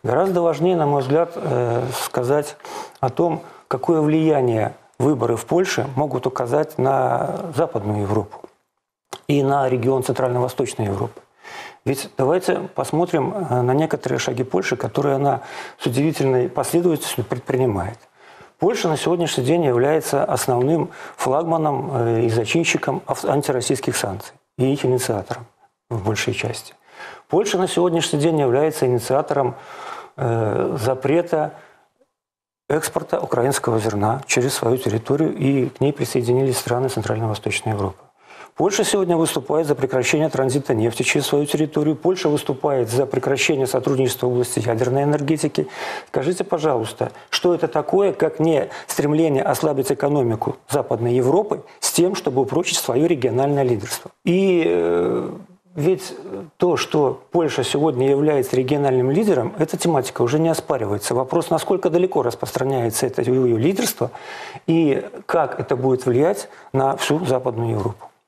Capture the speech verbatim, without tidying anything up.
Гораздо важнее, на мой взгляд, сказать о том, какое влияние выборы в Польше могут указать на Западную Европу и на регион Центрально-Восточной Европы. Ведь давайте посмотрим на некоторые шаги Польши, которые она с удивительной последовательностью предпринимает. Польша на сегодняшний день является основным флагманом и зачинщиком антироссийских санкций и их инициатором в большей части. Польша на сегодняшний день является инициатором э, запрета экспорта украинского зерна через свою территорию, и к ней присоединились страны Центрально-Восточной Европы. Польша сегодня выступает за прекращение транзита нефти через свою территорию. Польша выступает за прекращение сотрудничества в области ядерной энергетики. Скажите, пожалуйста, что это такое, как не стремление ослабить экономику Западной Европы с тем, чтобы упрочить свое региональное лидерство? И э, ведь то, что Польша сегодня является региональным лидером, эта тематика уже не оспаривается. Вопрос, насколько далеко распространяется это ее лидерство и как это будет влиять на всю Западную Европу.